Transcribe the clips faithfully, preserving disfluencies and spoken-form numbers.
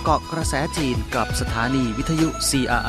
เกาะกระแสจีนกับสถานีวิทยุ ซี อาร์ ไอ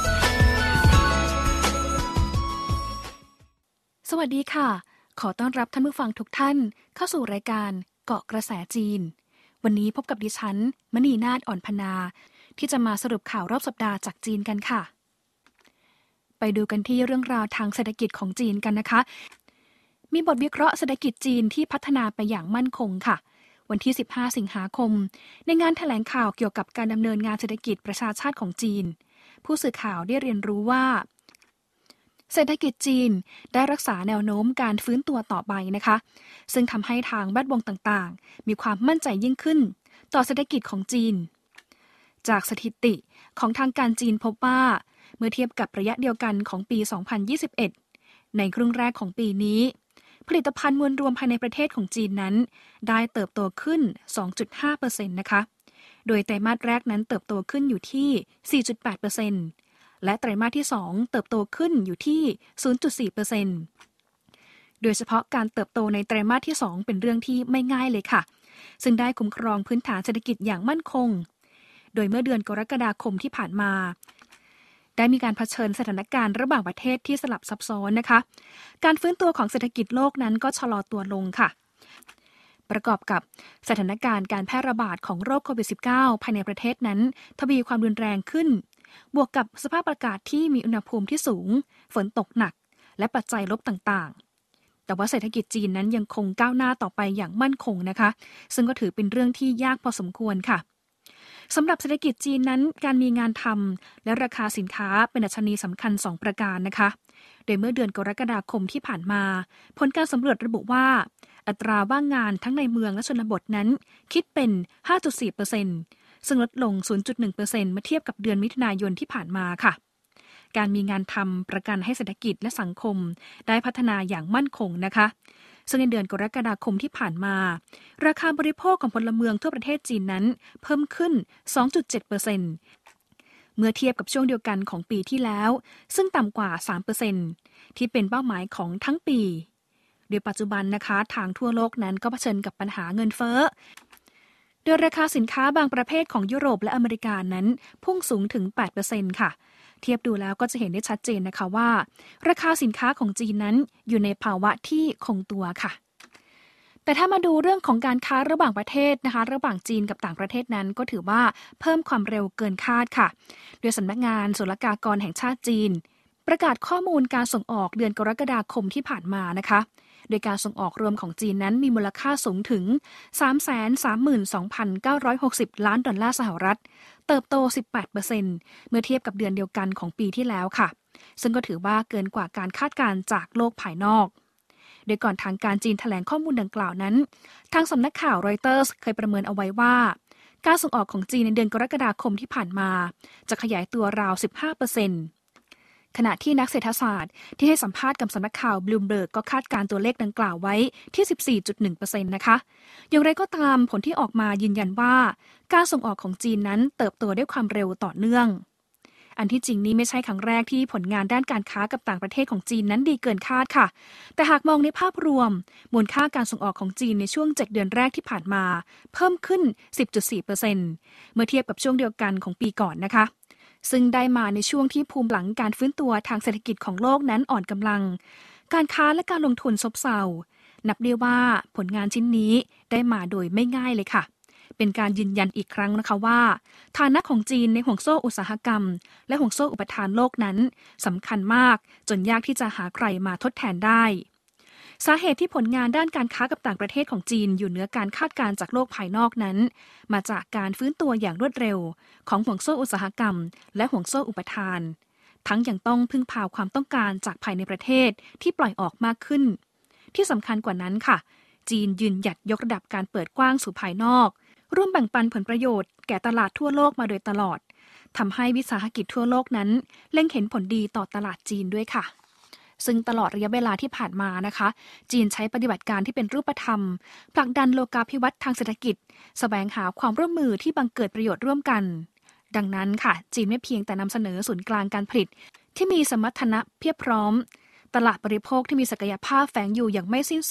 สวัสดีค่ะขอต้อนรับท่านผู้ฟังทุกท่านเข้าสู่รายการเกาะกระแสจีนวันนี้พบกับดิฉันมณีนาฏอ่อนพนาที่จะมาสรุปข่าวรอบสัปดาห์จากจีนกันค่ะไปดูกันที่เรื่องราวทางเศรษฐกิจของจีนกันนะคะมีบทวิเคราะห์เศรษฐกิจจีนที่พัฒนาไปอย่างมั่นคงค่ะวันที่สิบห้าสิงหาคมในงานแถลงข่าวเกี่ยวกับการดำเนินงานเศรษฐกิจประชาชาติของจีนผู้สื่อข่าวได้เรียนรู้ว่าเศรษฐกิจจีนได้รักษาแนวโน้มการฟื้นตัวต่อไปนะคะซึ่งทำให้ทางแวดวงต่างๆมีความมั่นใจยิ่งขึ้นต่อเศรษฐกิจของจีนจากสถิติของทางการจีนพบว่าเมื่อเทียบกับระยะเดียวกันของปี สองพันยี่สิบเอ็ด ในครึ่งแรกของปีนี้ผลิตภัณฑ์มวลรวมภายในประเทศของจีนนั้นได้เติบโตขึ้น สองจุดห้าเปอร์เซ็นต์ นะคะโดยไตรมาสแรกนั้นเติบโตขึ้นอยู่ที่ สี่จุดแปดเปอร์เซ็นต์ และไตรมาสที่สองเติบโตขึ้นอยู่ที่ ศูนย์จุดสี่เปอร์เซ็นต์ โดยเฉพาะการเติบโตในไตรมาสที่สองเป็นเรื่องที่ไม่ง่ายเลยค่ะซึ่งได้คุ้มครองพื้นฐานเศรษฐกิจอย่างมั่นคงโดยเมื่อเดือนกรกฎาคมที่ผ่านมาได้มีการเผชิญสถานการณ์ระหว่างประเทศที่สลับซับซ้อนนะคะการฟื้นตัวของเศรษฐกิจโลกนั้นก็ชะลอตัวลงค่ะประกอบกับสถานการณ์การแพร่ระบาดของโรคโควิด สิบเก้า ภายในประเทศนั้นทวีความรุนแรงขึ้นบวกกับสภาพอากาศที่มีอุณหภูมิที่สูงฝนตกหนักและปัจจัยลบต่างๆแต่ว่าเศรษฐกิจจีนนั้นยังคงก้าวหน้าต่อไปอย่างมั่นคงนะคะซึ่งก็ถือเป็นเรื่องที่ยากพอสมควรค่ะสำหรับเศรษฐกิจจีนนั้นการมีงานทำและราคาสินค้าเป็นดัชนีสำคัญสองประการนะคะโดยเมื่อเดือนกรกฎาคมที่ผ่านมาผลการสำรวจระบุว่าอัตราว่างงานทั้งในเมืองและชนบทนั้นคิดเป็น ห้าจุดสี่เปอร์เซ็นต์ ซึ่งลดลง ศูนย์จุดหนึ่งเปอร์เซ็นต์ เมื่อเทียบกับเดือนมิถุนายนที่ผ่านมาค่ะการมีงานทำประกันให้เศรษฐกิจและสังคมได้พัฒนาอย่างมั่นคงนะคะซึ่งในเดือนกรกฎาคมที่ผ่านมาราคาบริโภคของพลเมืองทั่วประเทศจีนนั้นเพิ่มขึ้น สองจุดเจ็ดเปอร์เซ็นต์ เมื่อเทียบกับช่วงเดียวกันของปีที่แล้วซึ่งต่ำกว่า สามเปอร์เซ็นต์ ที่เป็นเป้าหมายของทั้งปีโดยปัจจุบันนะคะทางทั่วโลกนั้นก็เผชิญกับปัญหาเงินเฟ้อโดยราคาสินค้าบางประเภทของยุโรปและอเมริกานั้นพุ่งสูงถึง แปดเปอร์เซ็นต์ ค่ะเทียบดูแล้วก็จะเห็นได้ชัดเจนนะคะว่าราคาสินค้าของจีนนั้นอยู่ในภาวะที่คงตัวค่ะแต่ถ้ามาดูเรื่องของการค้าระหว่างประเทศนะคะระหว่างจีนกับต่างประเทศนั้นก็ถือว่าเพิ่มความเร็วเกินคาดค่ะโดยสำนักงานศุลกากรแห่งชาติจีนประกาศข้อมูลการส่งออกเดือนกรกฎาคมที่ผ่านมานะคะโดยการส่งออกรวมของจีนนั้นมีมูลค่าสูงถึง สามแสนสามหมื่นสองพันเก้าร้อยหกสิบ ล้านดอลลาร์สหรัฐเติบโต สิบแปดเปอร์เซ็นต์ เมื่อเทียบกับเดือนเดียวกันของปีที่แล้วค่ะซึ่งก็ถือว่าเกินกว่าการคาดการณ์จากโลกภายนอกโดยก่อนทางการจีนแถลงข้อมูลดังกล่าวนั้นทางสำนักข่าวรอยเตอร์สเคยประเมินเอาไว้ว่าการส่งออกของจีนในเดือนกรกฎาคมที่ผ่านมาจะขยายตัวราว สิบห้าเปอร์เซ็นต์ขณะที่นักเศรษฐศาสตร์ที่ให้สัมภาษณ์กับสำนักข่าวบลูมเบิร์กก็คาดการตัวเลขดังกล่าวไว้ที่ สิบสี่จุดหนึ่งเปอร์เซ็นต์ นะคะอย่างไรก็ตามผลที่ออกมายืนยันว่าการส่งออกของจีนนั้นเติบโตด้วยความเร็วต่อเนื่องอันที่จริงนี้ไม่ใช่ครั้งแรกที่ผลงานด้านการค้ากับต่างประเทศของจีนนั้นดีเกินคาดค่ะแต่หากมองในภาพรวมมูลค่าการส่งออกของจีนในช่วงเจ็ดเดือนแรกที่ผ่านมาเพิ่มขึ้น สิบจุดสี่เปอร์เซ็นต์ เมื่อเทียบกับช่วงเดียวกันของปีก่อนนะคะซึ่งได้มาในช่วงที่ภูมิหลังการฟื้นตัวทางเศรษฐกิจของโลกนั้นอ่อนกำลังการค้าและการลงทุนซบเซานับได้ว่าผลงานชิ้นนี้ได้มาโดยไม่ง่ายเลยค่ะเป็นการยืนยันอีกครั้งนะคะว่าฐานะของจีนในห่วงโซ่อุตสาหกรรมและห่วงโซ่อุปทานโลกนั้นสำคัญมากจนยากที่จะหาใครมาทดแทนได้สาเหตุที่ผลงานด้านการค้ากับต่างประเทศของจีนอยู่เหนือการคาดการณ์จากโลกภายนอกนั้นมาจากการฟื้นตัวอย่างรวดเร็วของห่วงโซ่อุตสาหกรรมและห่วงโซ่อุปทานทั้งยังต้องพึ่งพาความต้องการจากภายในประเทศที่ปล่อยออกมากขึ้นที่สำคัญกว่านั้นค่ะจีนยืนหยัดยกระดับการเปิดกว้างสู่ภายนอกร่วมแบ่งปันผลประโยชน์แก่ตลาดทั่วโลกมาโดยตลอดทำให้วิสาหกิจทั่วโลกนั้นเล็งเห็นผลดีต่อตลาดจีนด้วยค่ะซึ่งตลอดระยะเวลาที่ผ่านมานะคะจีนใช้ปฏิบัติการที่เป็นรูปธรรมผลักดันโลกาภิวัตน์ทางเศรษฐกิจแสวงหาความร่วมมือที่บังเกิดประโยชน์ร่วมกันดังนั้นค่ะจีนไม่เพียงแต่นำเสนอศูนย์กลางการผลิตที่มีสมรรถนะเพียบพร้อมตลาดบริโภคที่มีศักยภาพแฝงอยู่อย่างไม่สิ้นสุด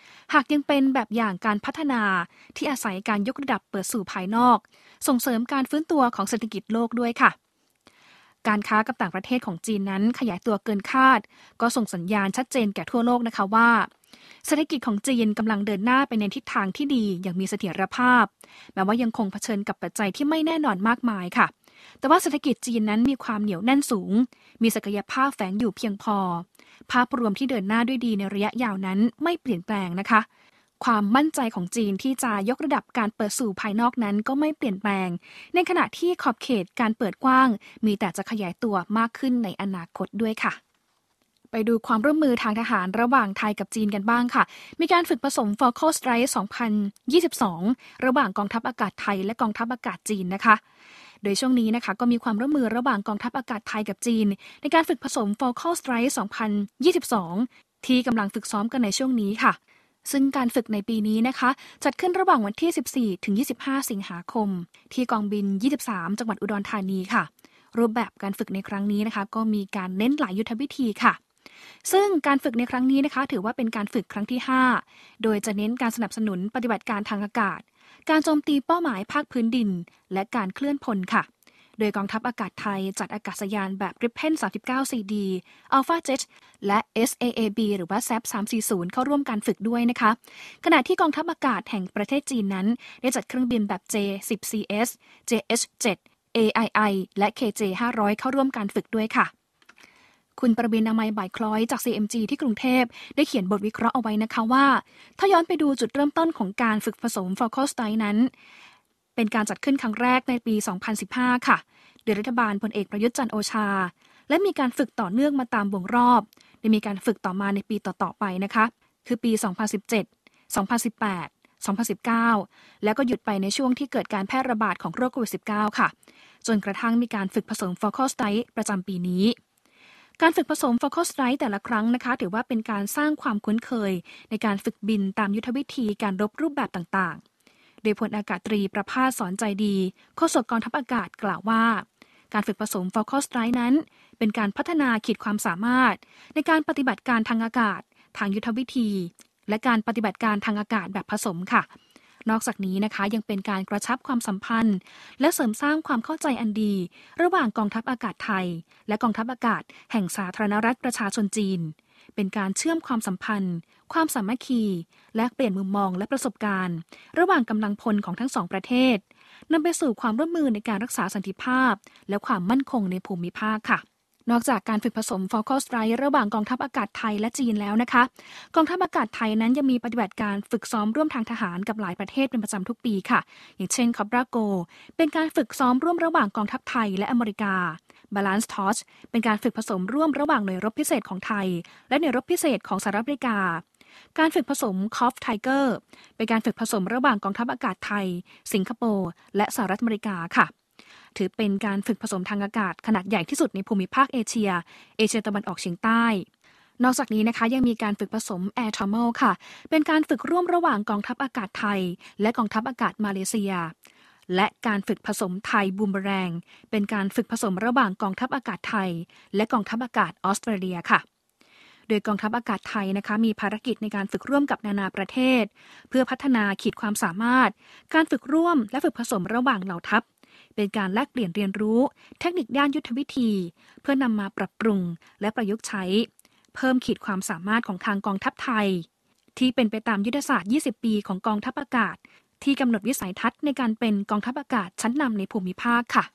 หากยังเป็นแบบอย่างการพัฒนาที่อาศัยการยกระดับเปิดสู่ภายนอกส่งเสริมการฟื้นตัวของเศรษฐกิจโลกด้วยค่ะการค้ากับต่างประเทศของจีนนั้นขยายตัวเกินคาดก็ส่งสัญญาณชัดเจนแก่ทั่วโลกนะคะว่าเศรษฐกิจของจีนกำลังเดินหน้าไปในทิศทางที่ดีอย่างมีเสถียรภาพแม้ว่ายังคงเผชิญกับปัจจัยที่ไม่แน่นอนมากมายค่ะแต่ว่าเศรษฐกิจจีนนั้นมีความเหนียวแน่นสูงมีศักยภาพแฝงอยู่เพียงพอภาพรวมที่เดินหน้าด้วยดีในระยะยาวนั้นไม่เปลี่ยนแปลงนะคะความมั่นใจของจีนที่จะยกระดับการเปิดสู่ภายนอกนั้นก็ไม่เปลี่ยนแปลงในขณะที่ขอบเขตการเปิดกว้างมีแต่จะขยายตัวมากขึ้นในอนาคตด้วยค่ะไปดูความร่วมมือทางทหารระหว่างไทยกับจีนกันบ้างค่ะมีการฝึกผสม Falcon Strike สองพันยี่สิบสอง ระหว่างกองทัพอากาศไทยและกองทัพอากาศจีนนะคะโดยช่วงนี้นะคะก็มีความร่วมมือระหว่างกองทัพอากาศไทยกับจีนในการฝึกผสม Falcon Strike สองพันยี่สิบสอง ที่กำลังฝึกซ้อมกันในช่วงนี้ค่ะซึ่งการฝึกในปีนี้นะคะจัดขึ้นระหว่างวันที่สิบสี่ถึงยี่สิบห้าสิงหาคมที่กองบินยี่สิบสามจังหวัดอุดรธานีค่ะรูปแบบการฝึกในครั้งนี้นะคะก็มีการเน้นหลายยุทธวิธีค่ะซึ่งการฝึกในครั้งนี้นะคะถือว่าเป็นการฝึกครั้งที่ห้าโดยจะเน้นการสนับสนุนปฏิบัติการทางอากาศการโจมตีเป้าหมายภาคพื้นดินและการเคลื่อนพลค่ะโดยกองทัพอากาศไทยจัดอากาศยานแบบ Gripen สามสิบเก้า ซี ดี Alpha Jet และ เอส เอ เอ บี หรือว่า แซป สามสี่ศูนย์ เข้าร่วมการฝึกด้วยนะคะขณะที่กองทัพอากาศแห่งประเทศจีนนั้นได้จัดเครื่องบินแบบ เจ สิบ ซี เอส เจ เอช เจ็ด เอ ไอ ไอ และ เค เจ ห้าร้อย เข้าร่วมการฝึกด้วยค่ะคุณประวิน อมัยบ่ายคล้อยจาก ซี เอ็ม จี ที่กรุงเทพได้เขียนบทวิเคราะห์เอาไว้นะคะว่าถ้าย้อนไปดูจุดเริ่มต้นของการฝึกผสม Falcon Strike นั้นเป็นการจัดขึ้นครั้งแรกในปี สองพันสิบห้า ค่ะโดยรัฐบาลพลเอกประยุทธ์จันทร์โอชาและมีการฝึกต่อเนื่องมาตามวงรอบโดยมีการฝึกต่อมาในปีต่อๆไปนะคะคือปี สองพันสิบเจ็ด สองพันสิบแปด สองพันสิบเก้า แล้วก็หยุดไปในช่วงที่เกิดการแพร่ระบาดของโรคโควิด สิบเก้า ค่ะจนกระทั่งมีการฝึกผสม Falcon Strike ประจำปีนี้การฝึกผสม Falcon Strike แต่ละครั้งนะคะถือว่าเป็นการสร้างความคุ้นเคยในการฝึกบินตามยุทธวิธีการรบรูปแบบต่างๆโดยพลอากาศตรีประภาสสอนใจดีโฆษกกองทัพอากาศกล่าวว่าการฝึกผสม Falcon Strike นั้นเป็นการพัฒนาขีดความสามารถในการปฏิบัติการทางอากาศทางยุทธวิธีและการปฏิบัติการทางอากาศแบบผสมค่ะนอกจากนี้นะคะยังเป็นการกระชับความสัมพันธ์และเสริมสร้างความเข้าใจอันดีระหว่างกองทัพอากาศไทยและกองทัพอากาศแห่งสาธารณรัฐประชาชนจีนเป็นการเชื่อมความสัมพันธ์ความสามัคคีและเปลี่ยนมุมมองและประสบการณ์ระหว่างกำลังพลของทั้งสองประเทศนำไปสู่ความร่วมมือในการรักษาสันติภาพและความมั่นคงในภูมิภาคค่ะนอกจากการฝึกผสม Falcon Strike ระหว่างกองทัพอากาศไทยและจีนแล้วนะคะกองทัพอากาศไทยนั้นยังมีปฏิบัติการฝึกซ้อมร่วมทางทหารกับหลายประเทศเป็นประจำทุกปีค่ะอย่างเช่น Cobra Go เป็นการฝึกซ้อมร่วมระหว่างกองทัพไทยและอเมริกา Balance Torch เป็นการฝึกผสมร่วมระหว่างหน่วยรบพิเศษของไทยและหน่วยรบพิเศษของสหรัฐอเมริกาการฝึกผสม Cough Tiger เป็นการฝึกผสมระหว่างกองทัพอากาศไทยสิงคโปร์และสหรัฐอเมริกาค่ะถือเป็นการฝึกผสมทางอากาศขนาดใหญ่ที่สุดในภูมิภาคเอเชียเอเชียตะวันออกเฉียงใต้นอกจากนี้นะคะยังมีการฝึกผสม Air Thermal ค่ะเป็นการฝึกร่วมระหว่างกองทัพอากาศไทยและกองทัพอากาศมาเลเซียและการฝึกผสมไทยบูมเบอแรงเป็นการฝึกผสมระหว่างกองทัพอากาศไทยและกองทัพอากาศออสเตรเลียค่ะโดยกองทัพอากาศไทยนะคะมีภารกิจในการฝึกร่วมกับนานาประเทศเพื่อพัฒนาขีดความสามารถการฝึกร่วมและฝึกผสมระหว่างเหล่าทัพเป็นการแลกเปลี่ยนเรียนรู้เทคนิคด้านยุทธวิธีเพื่อนำมาปรับปรุงและประยุกต์ใช้เพิ่มขีดความสามารถของทางกองทัพไทยที่เป็นไปตามยุทธศาสตร์ยี่สิบปีของกองทัพอากาศที่กำหนดวิสัยทัศน์ในการเป็นกองทัพอากาศชั้นนำในภูมิภาคค่ะ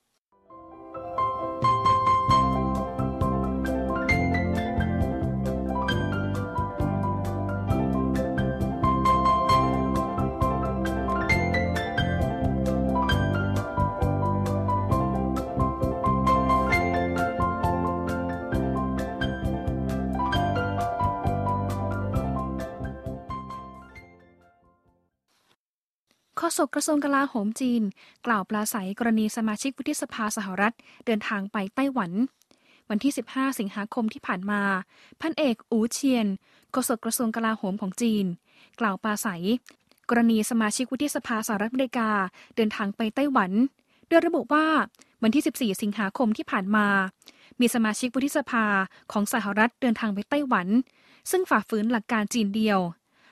โฆษกกระทรวงกลาโหมจีนกล่าวปราศัยกรณีสมาชิกวุฒิสภาสหรัฐเดินทางไปไต้หวันวันที่สิบห้าสิงหาคมที่ผ่านมาพันเอกอู๋เชียนโฆษกกระทรวงกลาโหมของจีนกล่าวปราศัยกรณีสมาชิกวุฒิสภาสหรัฐอเมริกาเดินทางไปไต้หวันโดยระบุว่าวันที่สิบสี่สิงหาคมที่ผ่านมามีสมาชิกวุฒิสภาของสหรัฐเดินทางไปไต้หวันซึ่งฝ่าฝืนหลักการจีนเดียว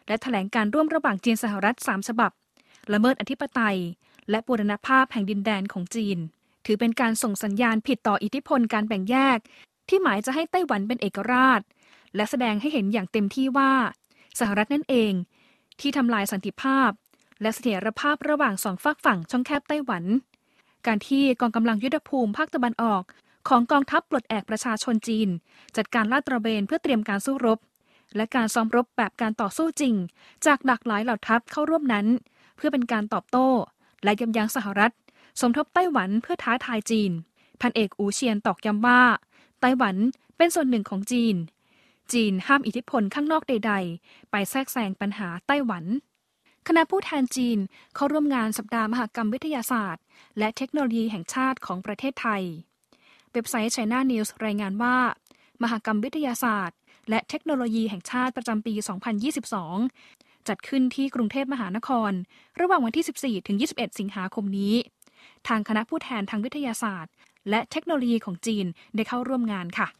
และแถลงการร่วมระหว่างจีนสหรัฐสามฉบับละเมิดอธิปไตยและบูรณภาพแห่งดินแดนของจีนถือเป็นการส่งสัญญาณผิดต่ออิทธิพลการแบ่งแยกที่หมายจะให้ไต้หวันเป็นเอกราชและแสดงให้เห็นอย่างเต็มที่ว่าสหรัฐนั่นเองที่ทำลายสันติภาพและเสถียรภาพระหว่างสองฝากฝั่งช่องแคบไต้หวันการที่กองกำลังยุทธภูมิภาคตะวันออกของกองทัพปลดแอกประชาชนจีนจัดการลาดตระเวนเพื่อเตรียมการสู้รบและการซ้อมรบแบบการต่อสู้จริงจากหลากหลายเหล่าทัพเข้าร่วมนั้นเพื่อเป็นการตอบโต้และยับยั้งสหรัฐสมทบไต้หวันเพื่อท้าทายจีนพันเอกอูเชียนตอกย้ำว่าไต้หวันเป็นส่วนหนึ่งของจีนจีนห้ามอิทธิพลข้างนอกใดๆไปแทรกแซงปัญหาไต้หวันคณะผู้แทนจีนเข้าร่วมงานสัปดาห์มหกรรมวิทยาศาสตร์และเทคโนโลยีแห่งชาติของประเทศไทยเว็บไซต์ China News รายงานว่ามหกรรมวิทยาศาสตร์และเทคโนโลยีแห่งชาติประจำปี สองพันยี่สิบสอง จัดขึ้นที่กรุงเทพมหานครระหว่างวันที่ สิบสี่ถึงยี่สิบเอ็ด สิงหาคมนี้ทางคณะผู้แทนทางวิทยาศาสตร์และเทคโนโลยีของจีนได้เข้าร่วมงานค่ะ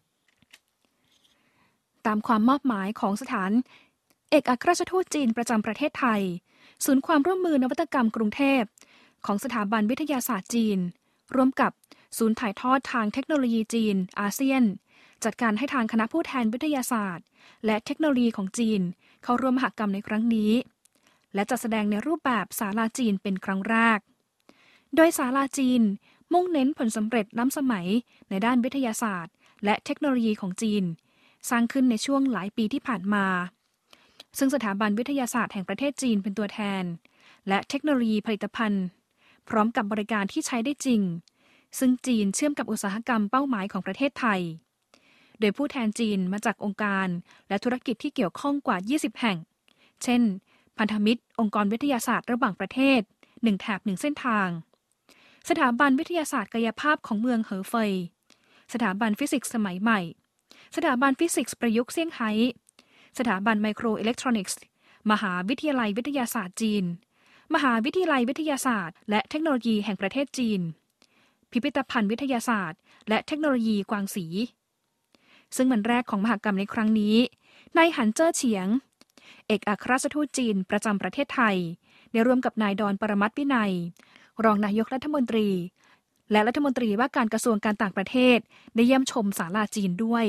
ตามความมอบหมายของสถานเอกอัครราชทูตจีนประจำประเทศไทยศูนย์ความร่วมมือนวัตกรรมกรุงเทพของสถาบันวิทยาศาสตร์จีนร่วมกับศูนย์ถ่ายทอดทางเทคโนโลยีจีนอาเซียนจัดการให้ทางคณะผู้แทนวิทยาศาสตร์และเทคโนโลยีของจีนเข้าร่วมมหกรรมในครั้งนี้และจัดแสดงในรูปแบบศาลาจีนเป็นครั้งแรกโดยศาลาจีนมุ่งเน้นผลสำเร็จล้ำสมัยในด้านวิทยาศาสตร์และเทคโนโลยีของจีนสร้างขึ้นในช่วงหลายปีที่ผ่านมาซึ่งสถาบันวิทยาศาสตร์แห่งประเทศจีนเป็นตัวแทนและเทคโนโลยีผลิตภัณฑ์พร้อมกับบริการที่ใช้ได้จริงซึ่งจีนเชื่อมกับอุตสาหกรรมเป้าหมายของประเทศไทยโดยผู้แทนจีนมาจากองค์การและธุรกิจที่เกี่ยวข้องกว่ายี่สิบแห่งเช่นพันธมิตรองค์กรวิทยาศาสตร์ระหว่างประเทศหนึ่งแถบหนึ่งเส้นทางสถาบันวิทยาศาสตร์กายภาพของเมืองเหอเฟยสถาบันฟิสิกส์สมัยใหม่สถาบันฟิสิกส์ประยุกต์เซี่ยงไฮ้สถาบันไมโครอิเล็กทรอนิกส์มหาวิทยาลัยวิทยาศาสตร์จีนมหาวิทยาลัยวิทยาศาสตร์และเทคโนโลยีแห่งประเทศจีนพิพิธภัณฑ์วิทยาศาสตร์และเทคโนโลยีกวางสีซึ่งวันแรกของมหกรรมในครั้งนี้นายหันเจิ้อเฉียงเอกอัครราชทูตจีนประจำประเทศไทยได้ร่วมกับนายดอนปรมัตถ์วินัยรองนายกรัฐมนตรีและรัฐมนตรีว่าการกระทรวงการต่างประเทศได้เยี่ยมชมศาลาจีนด้วย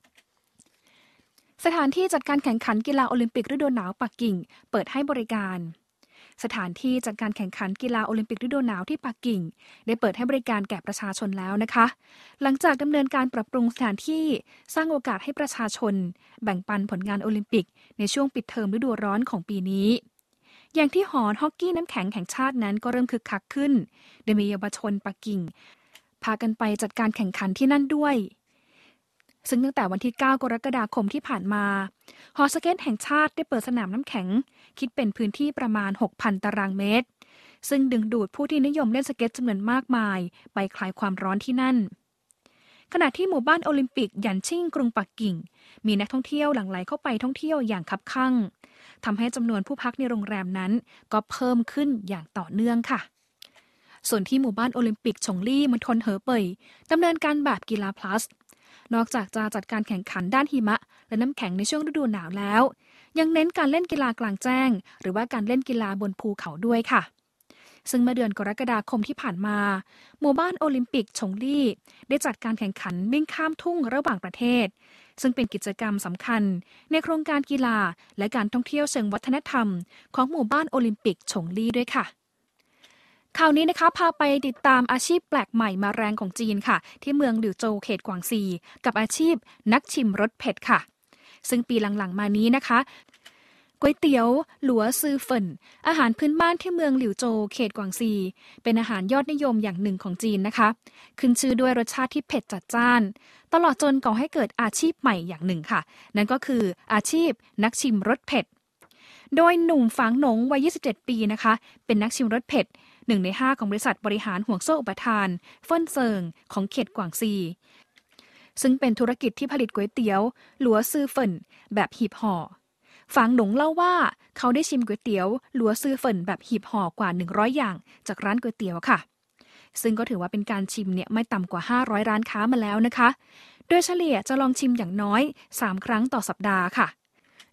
สถานที่จัดการแข่งขันกีฬาโอลิมปิกฤดูหนาวปักกิ่งเปิดให้บริการสถานที่จัดการแข่งขันกีฬาโอลิมปิกฤดูหนาวที่ปักกิ่งได้เปิดให้บริการแก่ประชาชนแล้วนะคะหลังจากดำเนินการปรับปรุงสถานที่สร้างโอกาสให้ประชาชนแบ่งปันผลงานโอลิมปิกในช่วงปิดเทอมฤดูร้อนของปีนี้อย่างที่หอฮอกกี้น้ำแข็งแห่งชาตินั้นก็เริ่มคึกคักขึ้นโดยมีเยาวชนปักกิ่งพากันไปจัดการแข่งขันที่นั่นด้วยซึ่งตั้งแต่วันที่เก้ากรกฎาคมที่ผ่านมาหอสเก็ตแห่งชาติได้เปิดสนามน้ำแข็งคิดเป็นพื้นที่ประมาณ หกพัน ตารางเมตรซึ่งดึงดูดผู้ที่นิยมเล่นสเก็ตจำนวนมากมายไปคลายความร้อนที่นั่นขณะที่หมู่บ้านโอลิมปิกหยันชิ่งกรุงปักกิ่งมีนักท่องเที่ยวหลั่งไหลเข้าไปท่องเที่ยวอย่างคับคั่งทำให้จำนวนผู้พักในโรงแรมนั้นก็เพิ่มขึ้นอย่างต่อเนื่องค่ะส่วนที่หมู่บ้านโอลิมปิกฉงลี่มณฑลเหอเป่ยดำเนินการแบบกีฬาพลัสนอกจากจะจัดการแข่งขันด้านหิมะและน้ำแข็งในช่วงฤดูหนาวแล้วยังเน้นการเล่นกีฬากลางแจ้งหรือว่าการเล่นกีฬาบนภูเขาด้วยค่ะซึ่งเมื่อเดือนกรกฎาคมที่ผ่านมาหมู่บ้านโอลิมปิกฉงลี่ได้จัดการแข่งขันวิ่งข้ามทุ่งระหว่างประเทศซึ่งเป็นกิจกรรมสำคัญในโครงการกีฬาและการท่องเที่ยวเชิงวัฒนธรรมของหมู่บ้านโอลิมปิกฉงลี่ด้วยค่ะคราวนี้นะคะพาไปติดตามอาชีพแปลกใหม่มาแรงของจีนค่ะที่เมืองหลิวโจวเขตกวางซีกับอาชีพนักชิมรสเผ็ดค่ะซึ่งปีหลังๆมานี้นะคะก๋วยเตี๋ยวหลัวซือเฟินอาหารพื้นบ้านที่เมืองหลิวโจวเขตกวางซีเป็นอาหารยอดนิยมอย่างหนึ่งของจีนนะคะขึ้นชื่อด้วยรสชาติที่เผ็ดจัดจ้านตลอดจนก่อให้เกิดอาชีพใหม่อย่างหนึ่งค่ะนั่นก็คืออาชีพนักชิมรสเผ็ดโดยหนุ่มฝางหนงวัยยี่สิบเจ็ดปีนะคะเป็นนักชิมรสเผ็ดหนึ่งในห้าของบริษัทบริหารห่วงโซ่อุปทานเฟิ่นเซิงของเขตกวางซีซึ่งเป็นธุรกิจที่ผลิตก๋วยเตี๋ยวหลัวซือเฟินแบบหีบห่อฝางหนงเล่าว่าเขาได้ชิมก๋วยเตี๋ยวหลัวซือเฟินแบบหีบห่อกว่าหนึ่งร้อยอย่างจากร้านก๋วยเตี๋ยวค่ะซึ่งก็ถือว่าเป็นการชิมเนี่ยไม่ต่ำกว่าห้าร้อยร้านค้ามาแล้วนะคะโดยเฉลี่ยจะลองชิมอย่างน้อยสามครั้งต่อสัปดาห์ค่ะ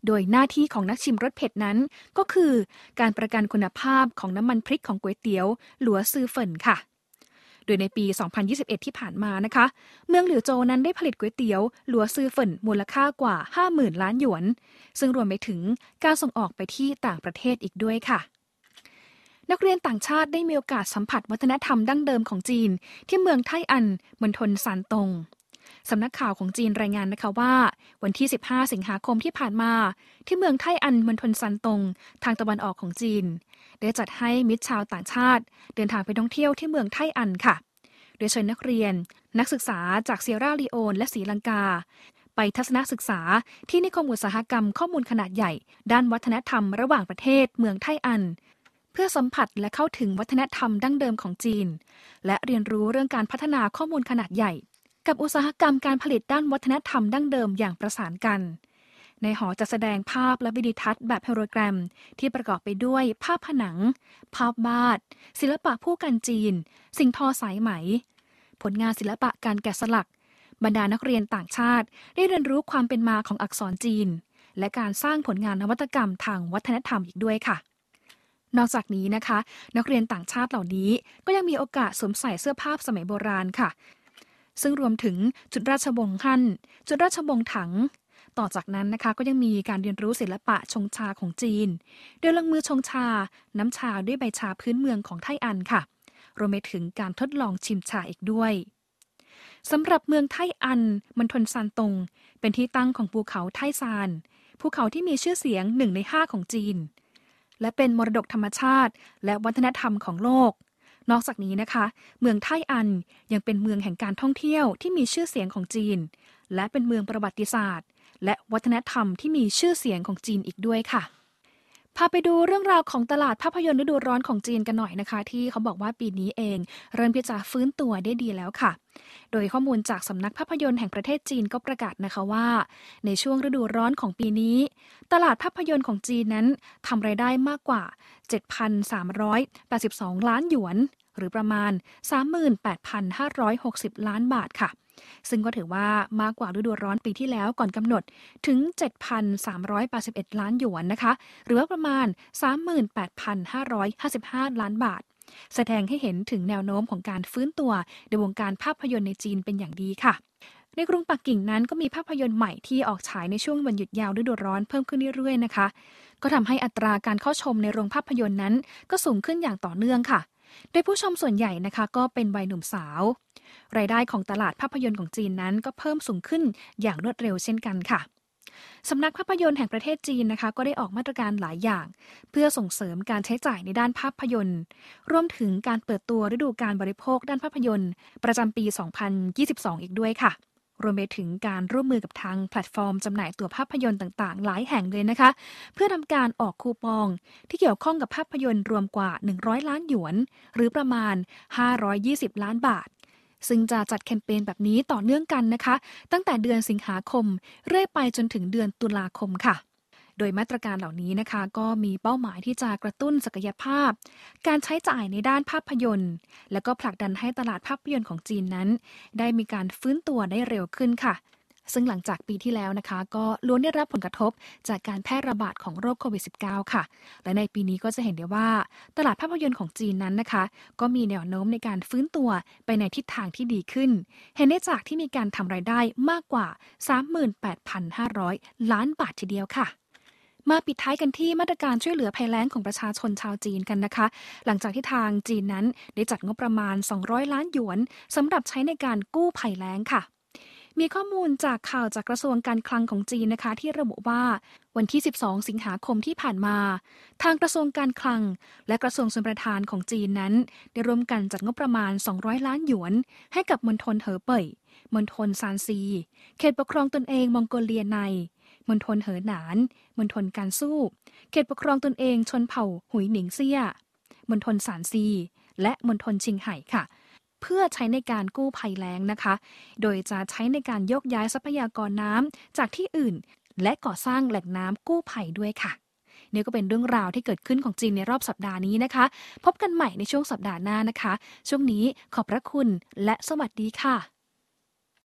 โดยหน้าที่ของนักชิมรสเผ็ดนั้นก็คือการประกันคุณภาพของน้ำมันพริกของก๋วยเตี๋ยวหลัวซือเฟินค่ะโดยในปี สองพันยี่สิบเอ็ด ที่ผ่านมานะคะเมืองหลิวโจวนั้นได้ผลิตก๋วยเตี๋ยวหลัวซือเฟินมูลค่ากว่า ห้าหมื่น ล้านหยวนซึ่งรวมไปถึงการส่งออกไปที่ต่างประเทศอีกด้วยค่ะนักเรียนต่างชาติได้มีโอกาสสัมผัสวัฒนธรรมดั้งเดิมของจีนที่เมืองไทอันมณฑลซานตงสำนักข่าวของจีนรายงานนะคะว่าวันที่สิบห้าสิงหาคมที่ผ่านมาที่เมืองไทอันมณฑลซานตงทางตะวันออกของจีนได้จัดให้มิตรชาวต่างชาติเดินทางไปท่องเที่ยวที่เมืองไทอันค่ะโดยเชิญนักเรียนนักศึกษาจากเซียร่าลีโอนและศรีลังกาไปทัศนศึกษาที่นิคมอุตสาหกรรมข้อมูลขนาดใหญ่ด้านวัฒนธรรมระหว่างประเทศเมืองไทอันเพื่อสัมผัสและเข้าถึงวัฒนธรรมดั้งเดิมของจีนและเรียนรู้เรื่องการพัฒนาข้อมูลขนาดใหญ่กับอุตสาหกรรมการผลิตด้านวัฒนธรรมดั้งเดิมอย่างประสานกันในหอจัดแสดงภาพและวิดีทัศน์แบบโฮโลแกรมที่ประกอบไปด้วยภาพผนังภาพวาดศิลปะผู้กันจีนสิ่งทอสายไหมผลงานศิลปะการแกะสลักบรรดานักเรียนต่างชาติได้เรียนรู้ความเป็นมาของอักษรจีนและการสร้างผลงานนวัตกรรมทางวัฒนธรรมอีกด้วยค่ะนอกจากนี้นะคะนักเรียนต่างชาติเหล่านี้ก็ยังมีโอกาสสวมใส่เสื้อผ้าสมัยโบราณค่ะซึ่งรวมถึงจุดราชวงศ์ฮั่นจุดราชวงศ์ถังต่อจากนั้นนะคะก็ยังมีการเรียนรู้ศิลปะชงชาของจีนโดยลงมือชงชาน้ำชาด้วยใบชาพื้นเมืองของไทอันค่ะรวมไปถึงการทดลองชิมชาอีกด้วยสำหรับเมืองไทอันมณฑลซานตงเป็นที่ตั้งของภูเขาไทซานภูเขาที่มีชื่อเสียงหนึ่งในห้าของจีนและเป็นมรดกธรรมชาติและวัฒนธรรมของโลกนอกจากนี้นะคะเมืองไทอันยังเป็นเมืองแห่งการท่องเที่ยวที่มีชื่อเสียงของจีนและเป็นเมืองประวัติศาสตร์และวัฒนธรรมที่มีชื่อเสียงของจีนอีกด้วยค่ะพาไปดูเรื่องราวของตลาดภาพยนตร์ฤดูร้อนของจีนกันหน่อยนะคะที่เขาบอกว่าปีนี้เองเริ่มที่จะฟื้นตัวได้ดีแล้วค่ะโดยข้อมูลจากสำนักภาพยนตร์แห่งประเทศจีนก็ประกาศนะคะว่าในช่วงฤดูร้อนของปีนี้ตลาดภาพยนตร์ของจีนนั้นทำรายได้มากกว่า เจ็ดพันสามร้อยแปดสิบสอง ล้านหยวนหรือประมาณ สามหมื่นแปดพันห้าร้อยหกสิบ ล้านบาทค่ะซึ่งก็ถือว่ามากกว่าฤดูร้อนปีที่แล้วก่อนกำหนดถึง เจ็ดพันสามร้อยแปดสิบเอ็ด ล้านหยวนนะคะหรือว่าประมาณ สามหมื่นแปดพันห้าร้อยห้าสิบห้า ล้านบาทแสดงให้เห็นถึงแนวโน้มของการฟื้นตัวในวงการภาพยนตร์ในจีนเป็นอย่างดีค่ะในกรุงปักกิ่งนั้นก็มีภาพยนตร์ใหม่ที่ออกฉายในช่วงวันหยุดยาวฤดูร้อนเพิ่มขึ้นเรื่อยๆนะคะก็ทำให้อัตราการเข้าชมในโรงภาพยนตร์นั้นก็สูงขึ้นอย่างต่อเนื่องค่ะโดยผู้ชมส่วนใหญ่นะคะก็เป็นวัยหนุ่มสาวรายได้ของตลาดภาพยนตร์ของจีนนั้นก็เพิ่มสูงขึ้นอย่างรวดเร็วเช่นกันค่ะสำนักภาพยนตร์แห่งประเทศจีนนะคะก็ได้ออกมาตรการหลายอย่างเพื่อส่งเสริมการใช้จ่ายในด้านภาพยนตร์รวมถึงการเปิดตัวฤดูกาลบริโภคด้านภาพยนตร์ประจำปี สองพันยี่สิบสอง อีกด้วยค่ะรวมไปถึงการร่วมมือกับทางแพลตฟอร์มจำหน่ายตั๋วภาพยนตร์ต่างๆหลายแห่งเลยนะคะเพื่อทำการออกคูปองที่เกี่ยวข้องกับภาพยนตร์รวมกว่าหนึ่งร้อยล้านหยวนหรือประมาณห้าร้อยยี่สิบล้านบาทซึ่งจะจัดแคมเปญแบบนี้ต่อเนื่องกันนะคะตั้งแต่เดือนสิงหาคมเรื่อยไปจนถึงเดือนตุลาคมค่ะโดยมาตรการเหล่านี้นะคะก็มีเป้าหมายที่จะกระตุ้นศักยภาพการใช้จ่ายในด้านภาพยนตร์และก็ผลักดันให้ตลาดภาพยนตร์ของจีนนั้นได้มีการฟื้นตัวได้เร็วขึ้นค่ะซึ่งหลังจากปีที่แล้วนะคะก็ล้วนได้รับผลกระทบจากการแพร่ระบาดของโรคโควิด สิบเก้า ค่ะและในปีนี้ก็จะเห็นได้ว่าตลาดภาพยนตร์ของจีนนั้นนะคะก็มีแนวโน้มในการฟื้นตัวไปในทิศทางที่ดีขึ้นเห็นได้จากที่มีการทำรายได้มากกว่า สามหมื่นแปดพันห้าร้อย ล้านบาททีเดียวค่ะมาปิดท้ายกันที่มาตรการช่วยเหลือภัยแล้งของประชาชนชาวจีนกันนะคะหลังจากที่ทางจีนนั้นได้จัดงบประมาณสองร้อยล้านหยวนสำหรับใช้ในการกู้ภัยแล้งค่ะมีข้อมูลจากข่าวจากกระทรวงการคลังของจีนนะคะที่ระบุว่าวันที่สิบสองสิงหาคมที่ผ่านมาทางกระทรวงการคลังและกระทรวงชลประทานของจีนนั้นได้ร่วมกันจัดงบประมาณสองร้อยล้านหยวนให้กับมณฑลเหอเป่ยมณฑลซานซีเขตปกครองตนเองมองโกเลียในมณฑลเหอหนานมณฑลการสู้เขตปกครองตนเองชนเผ่าหุยหนิงเซี่ยมณฑลซานซีและมณฑลชิงไห่ค่ะเพื่อใช้ในการกู้ภัยแล้งนะคะโดยจะใช้ในการยกย้ายทรัพยากรน้ำจากที่อื่นและก่อสร้างแหล่งน้ำกู้ภัยด้วยค่ะนี่ก็เป็นเรื่องราวที่เกิดขึ้นของจีนในรอบสัปดาห์นี้นะคะพบกันใหม่ในช่วงสัปดาห์หน้านะคะช่วงนี้ขอบพระคุณและสวัสดีค่ะ